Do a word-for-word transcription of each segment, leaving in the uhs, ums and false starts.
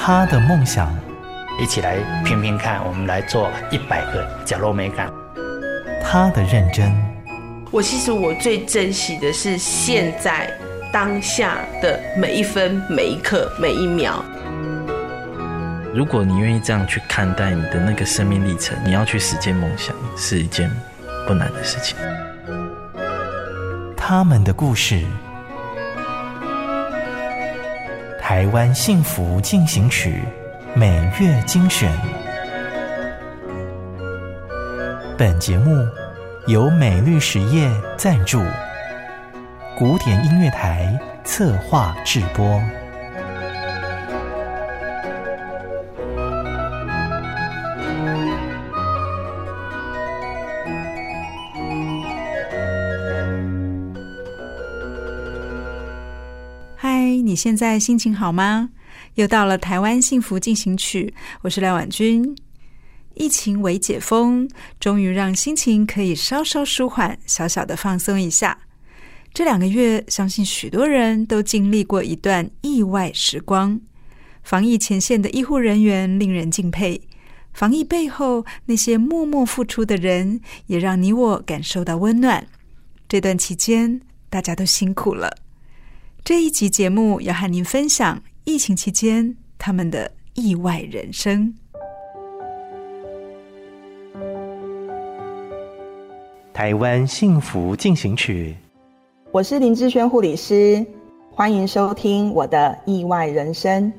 他的梦想， 一起来拼拼看，我们来做一百个角落美感。 他的认真， 我其实我最珍惜的是现在当下的每一分每一刻每一秒。 如果你愿意这样去看待你的那个生命历程，你要去实践梦想是一件不难的事情。 他们的故事，台湾幸福进行曲每月精选。本节目由美律实业赞助，古典音乐台策划制播。 嗨，你现在心情好吗？又到了台湾幸福进行曲，我是廖婉君。疫情微解封，终于让心情可以稍稍舒缓，小小的放松一下。这两个月，相信许多人都经历过一段意外时光。防疫前线的医护人员令人敬佩，防疫背后那些默默付出的人，也让你我感受到温暖。这段期间，大家都辛苦了。这一集节目要和您分享疫情期间他们的意外人生。 台湾幸福进行曲， 我是林志轩护理师，欢迎收听我的意外人生。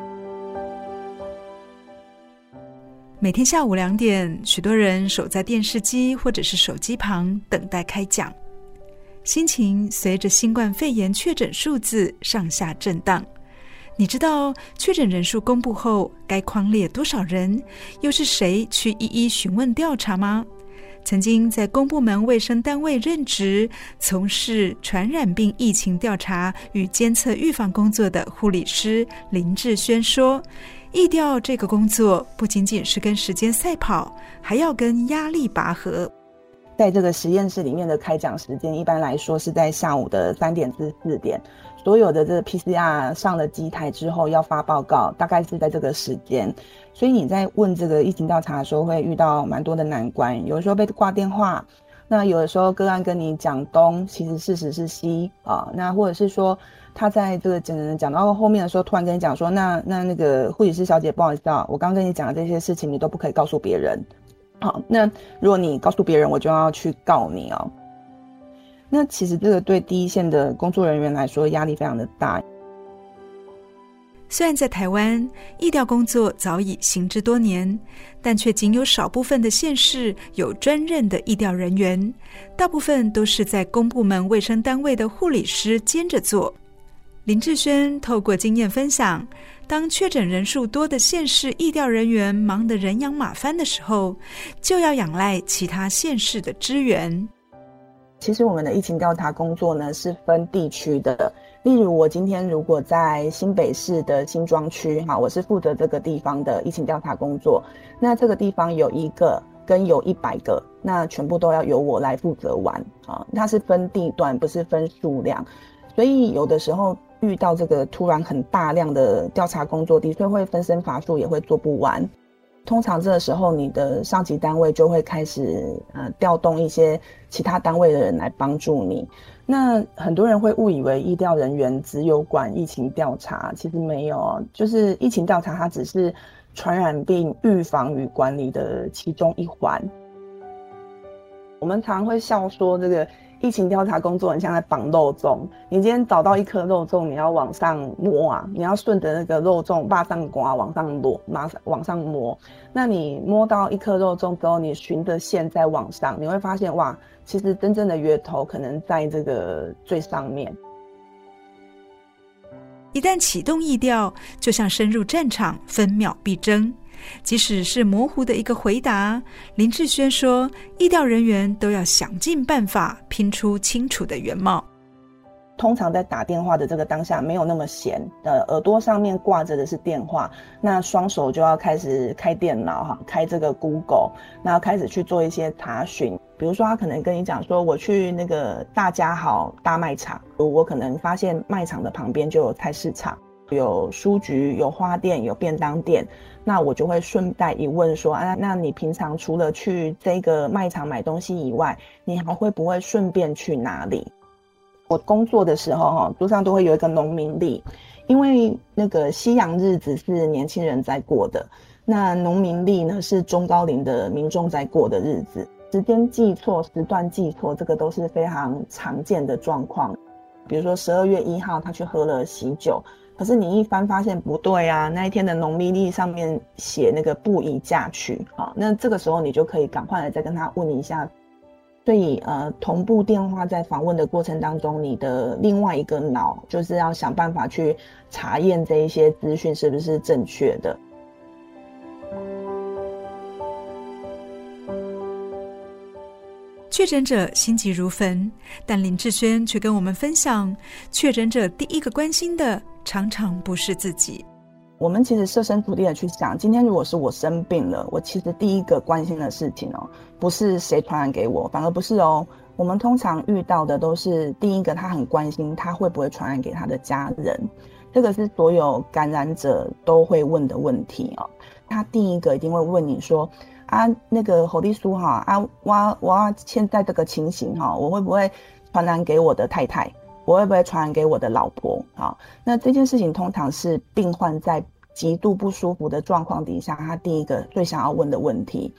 每天下午两点，许多人守在电视机或者是手机旁等待开讲，心情随着新冠肺炎确诊数字上下震荡。你知道确诊人数公布后该匡列多少人，又是谁去一一询问调查吗？曾经在公部门卫生单位任职，从事传染病疫情调查与监测预防工作的护理师林志轩说，疫调这个工作不仅仅是跟时间赛跑，还要跟压力拔河。 在这个实验室里面的开讲时间一般来说是在下午的三点至四点，所有的这个 P C R 上了机台之后要发报告，大概是在这个时间。所以你在问这个疫情调查的时候会遇到蛮多的难关，有的时候被挂电话，那有的时候个案跟你讲东，其实事实是西啊。那或者是说他在这个讲讲到后面的时候突然跟你讲说，那那那个护理师小姐不好意思啊，我刚刚跟你讲的这些事情你都不可以告诉别人。好，那如果你告诉别人，我就要去告你哦。那其实这个对第一线的工作人员来说压力非常的大。 虽然在台湾疫调工作早已行之多年，但却仅有少部分的县市有专任的疫调人员，大部分都是在公部门卫生单位的护理师兼着做。林志轩透过经验分享，当确诊人数多的县市疫调人员忙得人仰马翻的时候，就要仰赖其他县市的支援。 其实我们的疫情调查工作呢是分地区的，例如我今天如果在新北市的新庄区，好，我是负责这个地方的疫情调查工作，那这个地方有一个跟有一百个，那全部都要由我来负责完啊。它是分地段，不是分数量，所以有的时候遇到这个突然很大量的调查工作，的确会分身乏术，也会做不完。通常这个时候你的上级单位就会开始呃调动一些其他单位的人来帮助你。那很多人会误以为疫调人员只有管疫情调查，其实没有，就是疫情调查它只是传染病预防与管理的其中一环。我们常会笑说这个疫情调查工作很像在绑肉粽，你今天找到一颗肉粽，你要往上摸啊，你要顺着那个肉粽把上刮往上落，往上摸。那你摸到一颗肉粽之后，你循着线再往上，你会发现哇，其实真正的源头可能在这个最上面。 一旦启动疫调，就像深入战场，分秒必争。即使是模糊的一个回答，林志轩说，疫调人员都要想尽办法拼出清楚的原貌。 通常在打电话的这个当下没有那么闲，呃，耳朵上面挂着的是电话，那双手就要开始开电脑哈，开这个 Google， 那开始去做一些查询。比如说他可能跟你讲说，我去那个大家好大卖场，我可能发现卖场的旁边就有菜市场。 有书局、有花店、有便当店，那我就会顺带一问说啊，那你平常除了去这个卖场买东西以外，你还会不会顺便去哪里？我工作的时候路上都会有一个农民历，因为那个西洋日子是年轻人在过的，那农民历呢是中高龄的民众在过的日子，时间记错、时段记错，这个都是非常常见的状况。比如说十二月一号他去喝了喜酒，可是你一翻发现不对啊，那一天的农民历上面写那个不宜嫁娶，好，那这个时候你就可以赶快来再跟他问一下。所以呃，同步电话在访问的过程当中，你的另外一个脑就是要想办法去查验这一些资讯是不是正确的。 确诊者心急如焚，但林志轩却跟我们分享，确诊者第一个关心的常常不是自己。 我们其实设身处地的去想，今天如果是我生病了，我其实第一个关心的事情哦，不是谁传染给我，反而不是哦。我们通常遇到的都是第一个，他很关心他会不会传染给他的家人，这个是所有感染者都会问的问题哦。他第一个一定会问你说啊，那个侯丽叔哈啊，我我现在这个情形哈，我会不会传染给我的太太？我会不会传染给我的老婆？好，那这件事情通常是病患在极度不舒服的状况底下，他第一个最想要问的问题。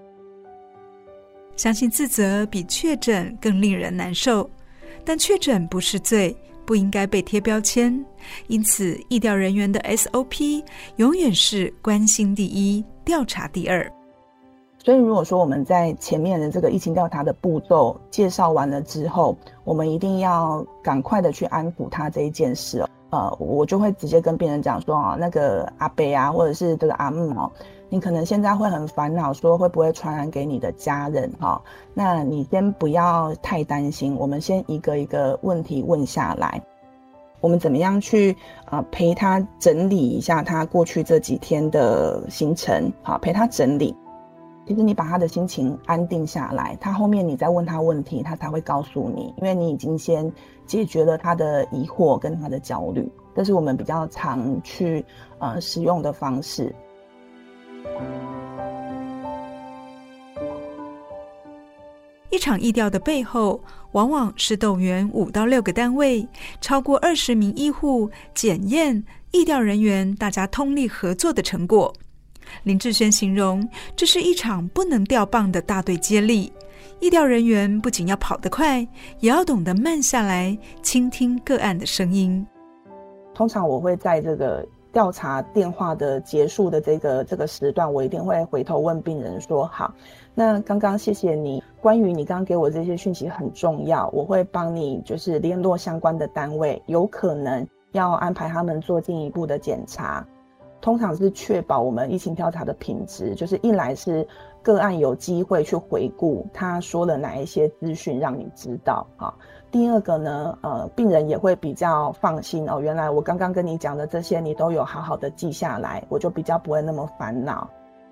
相信自责比确诊更令人难受，但确诊不是罪，不应该被贴标签。因此，疫调人员的 S O P 永远是关心第一，调查第二。 所以如果说我们在前面的这个疫情调查的步骤介绍完了之后，我们一定要赶快的去安抚他这一件事哦。呃，我就会直接跟病人讲说啊，那个阿伯啊，或者是这个阿姆哦，你可能现在会很烦恼，说会不会传染给你的家人哈、哦？那你先不要太担心，我们先一个一个问题问下来。我们怎么样去呃陪他整理一下他过去这几天的行程，好，陪他整理。其实你把他的心情安定下来，他后面你再问他问题，他才会告诉你，因为你已经先解决了他的疑惑跟他的焦虑，这是我们比较常去呃使用的方式。 一场疫调的背后，往往是动员五到六个单位，超过二十名医护检验疫调人员大家通力合作的成果。林志轩形容，这是一场不能掉棒的大队接力。疫调人员不仅要跑得快，也要懂得慢下来，倾听个案的声音。 通常我会在这个调查电话的结束的这个这个时段，我一定会回头问病人说，好，那刚刚谢谢你，关于你刚刚给我这些讯息很重要，我会帮你就是联络相关的单位，有可能要安排他们做进一步的检查。通常是确保我们疫情调查的品质，就是一来是个案有机会去回顾他说了哪一些资讯让你知道啊。第二个呢，呃，病人也会比较放心哦，原来我刚刚跟你讲的这些你都有好好的记下来，我就比较不会那么烦恼。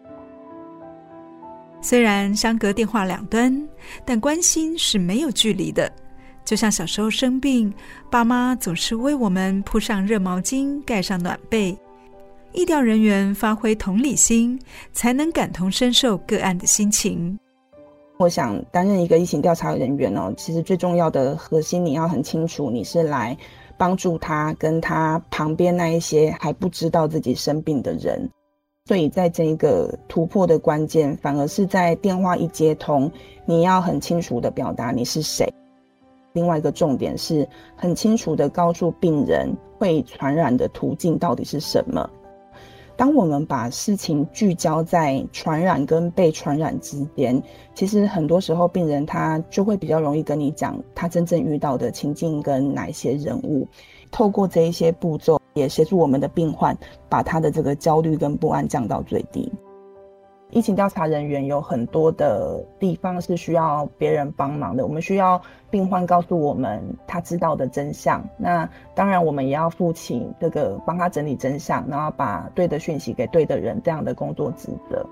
虽然相隔电话两端，但关心是没有距离的。就像小时候生病，爸妈总是为我们铺上热毛巾，盖上暖被。疫调人员发挥同理心，才能感同身受个案的心情。 我想担任一个疫情调查人员哦，其实最重要的核心你要很清楚，你是来帮助他跟他旁边那一些还不知道自己生病的人。所以在这个突破的关键，反而是在电话一接通，你要很清楚的表达你是谁。另外一个重点是很清楚的告诉病人会传染的途径到底是什么。当我们把事情聚焦在传染跟被传染之间，其实很多时候病人他就会比较容易跟你讲他真正遇到的情境跟哪一些人物。透过这一些步骤，也协助我们的病患把他的这个焦虑跟不安降到最低。疫情调查人员有很多的地方是需要别人帮忙的，我们需要病患告诉我们他知道的真相，那当然我们也要负起这个帮他整理真相，然后把对的讯息给对的人这样的工作职责。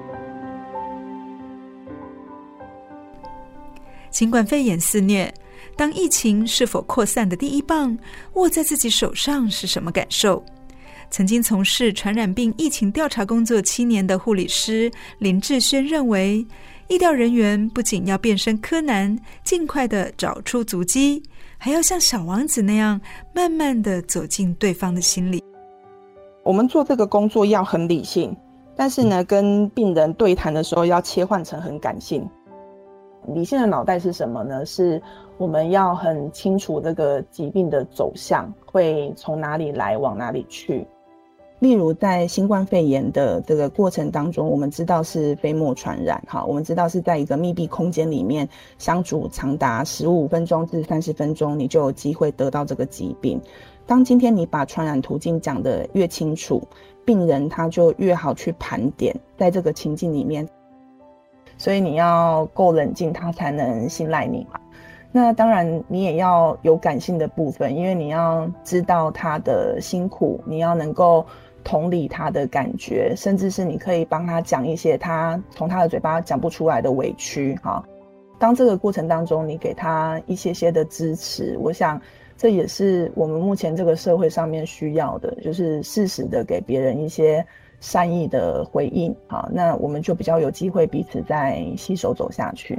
新冠肺炎肆虐， 当疫情是否扩散的第一棒握在自己手上是什么感受？曾经从事传染病疫情调查工作七年的护理师林志轩认为，疫调人员不仅要变身柯南，尽快的找出足迹，还要像小王子那样慢慢的走进对方的心里。 我们做这个工作要很理性，但是呢，跟病人对谈的时候要切换成很感性。理性的脑袋是什么呢？是我们要很清楚这个疾病的走向会从哪里来往哪里去。例如在新冠肺炎的这个过程当中，我们知道是飞沫传染，我们知道是在一个密闭空间里面相处长达十五分钟至三十分钟，你就有机会得到这个疾病。当今天你把传染途径讲得越清楚，病人他就越好去盘点在这个情境里面，所以你要够冷静，他才能信赖你嘛。那当然你也要有感性的部分，因为你要知道他的辛苦，你要能够同理他的感觉，甚至是你可以帮他讲一些他从他的嘴巴讲不出来的委屈。当这个过程当中你给他一些些的支持，我想这也是我们目前这个社会上面需要的，就是适时的给别人一些善意的回应，好，那我们就比较有机会彼此再携手走下去。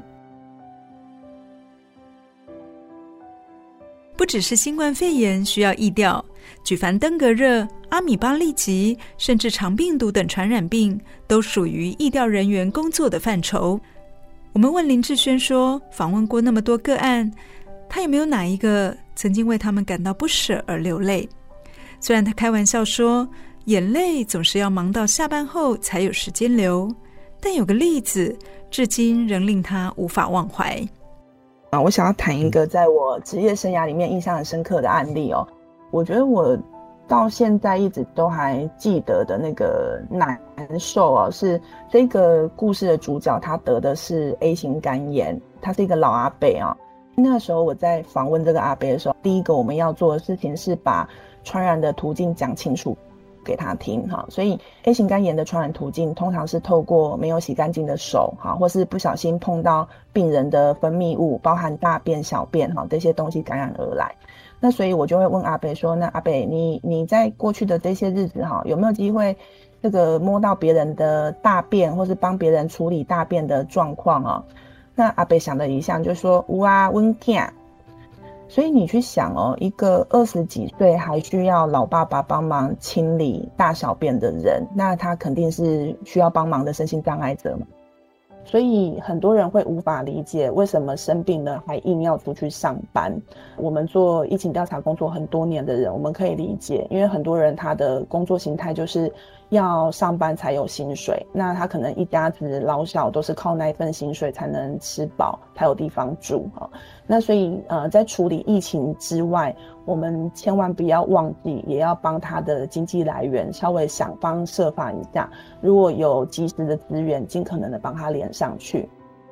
不只是新冠肺炎需要疫调，举凡登革热、阿米巴痢疾，甚至肠病毒等传染病，都属于疫调人员工作的范畴。我们问林志轩说，访问过那么多个案，他有没有哪一个曾经为他们感到不舍而流泪？虽然他开玩笑说，眼泪总是要忙到下班后才有时间流，但有个例子，至今仍令他无法忘怀。 啊，我想要谈一个在我职业生涯里面印象很深刻的案例哦。我觉得我到现在一直都还记得的那个难受哦，是这个故事的主角他得的是 A 型肝炎，他是一个老阿伯啊。那个时候我在访问这个阿伯的时候，第一个我们要做的事情是把传染的途径讲清楚给他听哈，所以 A 型肝炎的传染途径通常是透过没有洗干净的手哈，或是不小心碰到病人的分泌物，包含大便、小便哈这些东西感染而来。那所以我就会问阿伯说，那阿伯你你在过去的这些日子哈，有没有机会这个摸到别人的大便，或是帮别人处理大便的状况啊？那阿伯想了一下就说，有啊，我囝。所以你去想哦，一个二十几岁还需要老爸爸帮忙清理大小便的人，那他肯定是需要帮忙的身心障碍者嘛。所以很多人会无法理解为什么生病了还硬要出去上班。我们做疫情调查工作很多年的人，我们可以理解，因为很多人他的工作形态就是要上班才有薪水，那他可能一家子老小都是靠那一份薪水才能吃饱，才有地方住。那所以呃，在处理疫情之外，我们千万不要忘记，也要帮他的经济来源稍微想方设法一下，如果有及时的资源，尽可能的帮他连上去。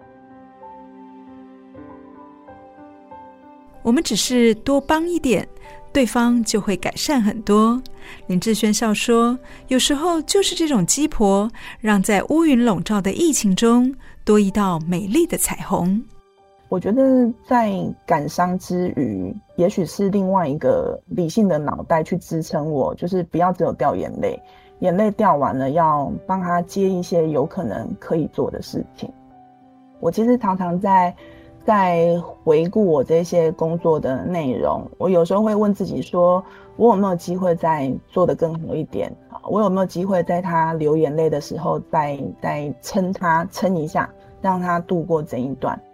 我们只是多帮一点，对方就会改善很多。林志轩笑说，有时候就是这种鸡婆，让在乌云笼罩的疫情中多一道美丽的彩虹。 我觉得在感伤之余，也许是另外一个理性的脑袋去支撑我，就是不要只有掉眼泪，眼泪掉完了要帮他接一些有可能可以做的事情。我其实常常在在回顾我这些工作的内容，我有时候会问自己说，我有没有机会再做得更好一点？我有没有机会在他流眼泪的时候再再撑他撑一下，让他度过这一段。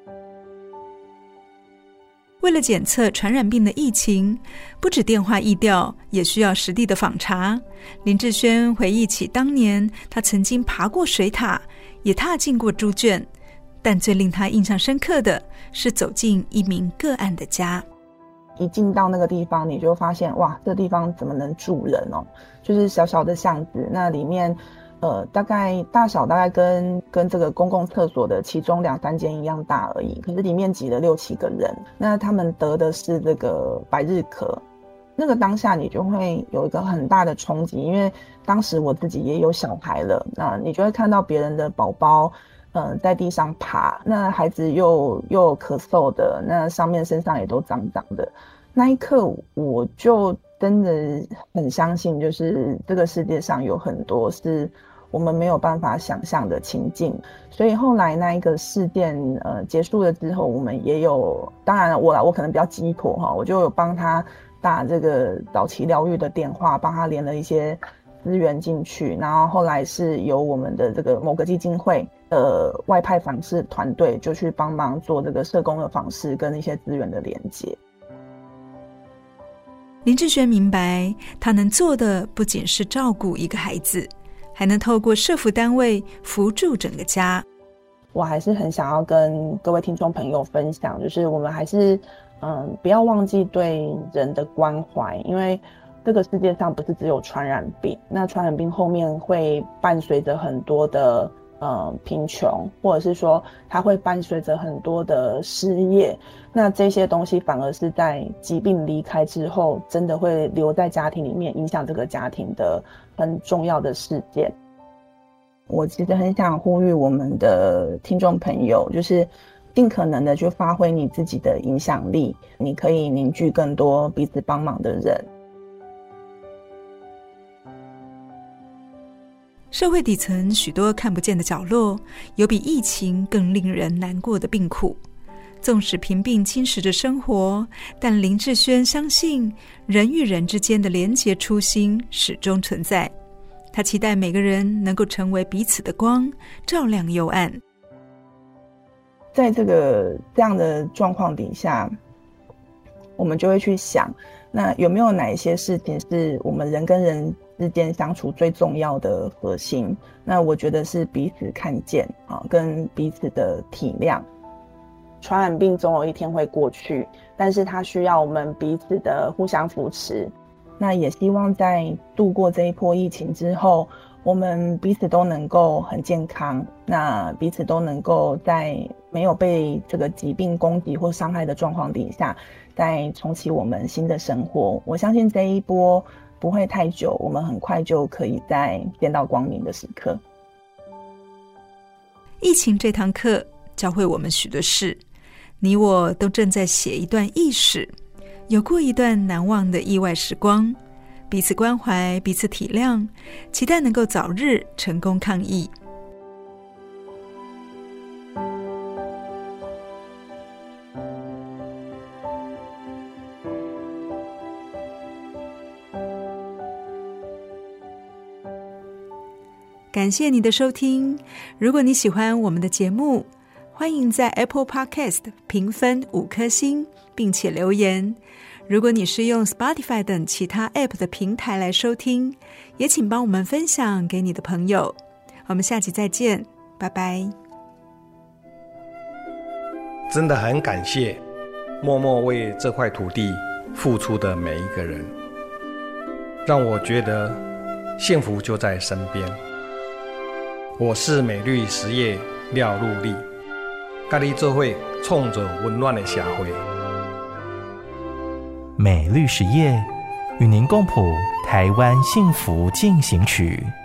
为了检测传染病的疫情，不止电话疫调，也需要实地的访查。林志轩回忆起当年他曾经爬过水塔，也踏进过猪圈，但最令他印象深刻的是走进一名个案的家。 一进到那个地方，你就发现哇，这地方怎么能住人哦？就是小小的巷子，那里面呃，大概大小大概跟跟这个公共厕所的其中两三间一样大而已，可是里面挤了六七个人。那他们得的是这个百日咳，那个当下你就会有一个很大的冲击，因为当时我自己也有小孩了，那你就会看到别人的宝宝呃在地上爬，那孩子又又有咳嗽的，那上面身上也都脏脏的。那一刻我就真的很相信，就是这个世界上有很多是我们没有办法想象的情境。所以后来那一个事件呃结束了之后，我们也有，当然我啦我可能比较鸡婆哈，我就有帮他打这个早期疗愈的电话，帮他连了一些资源进去，然后后来是由我们的这个某个基金会的外派访视团队就去帮忙做这个社工的访视跟一些资源的连接。 林志轩明白，他能做的不仅是照顾一个孩子，还能透过社福单位扶助整个家。 我还是很想要跟各位听众朋友分享，就是我们还是嗯，不要忘记对人的关怀，因为这个世界上不是只有传染病，那传染病后面会伴随着很多的呃贫穷，或者是说它会伴随着很多的失业，那这些东西反而是在疾病离开之后，真的会留在家庭里面，影响这个家庭的很重要的事件。我其实很想呼吁我们的听众朋友，就是尽可能的去发挥你自己的影响力，你可以凝聚更多彼此帮忙的人。 社会底层许多看不见的角落，有比疫情更令人难过的病苦。纵使贫病侵蚀着生活，但林志轩相信人与人之间的连结初心始终存在。他期待每个人能够成为彼此的光，照亮幽暗。 在这个这样的状况底下，我们就会去想，那有没有哪一些事情是我们人跟人之间相处最重要的核心？那我觉得是彼此看见啊，跟彼此的体谅。传染病总有一天会过去，但是它需要我们彼此的互相扶持。那也希望在度过这一波疫情之后，我们彼此都能够很健康，那彼此都能够在没有被这个疾病攻击或伤害的状况底下，再重启我们新的生活。我相信这一波不会太久，我们很快就可以再见到光明的时刻。 疫情这堂课教会我们许多事，你我都正在写一段历史，有过一段难忘的意外时光，彼此关怀，彼此体谅，期待能够早日成功抗疫。感谢你的收听，如果你喜欢我们的节目，欢迎在 Apple Podcast 评分五颗星，并且留言。如果你是用 Spotify 等其他 App 的平台来收听，也请帮我们分享给你的朋友。我们下期再见，拜拜。 真的很感谢默默为这块土地付出的每一个人，让我觉得幸福就在身边。我是美绿实业廖陆力，跟你做伙创造温暖的社会。 美绿实业与您共谱台湾幸福进行曲。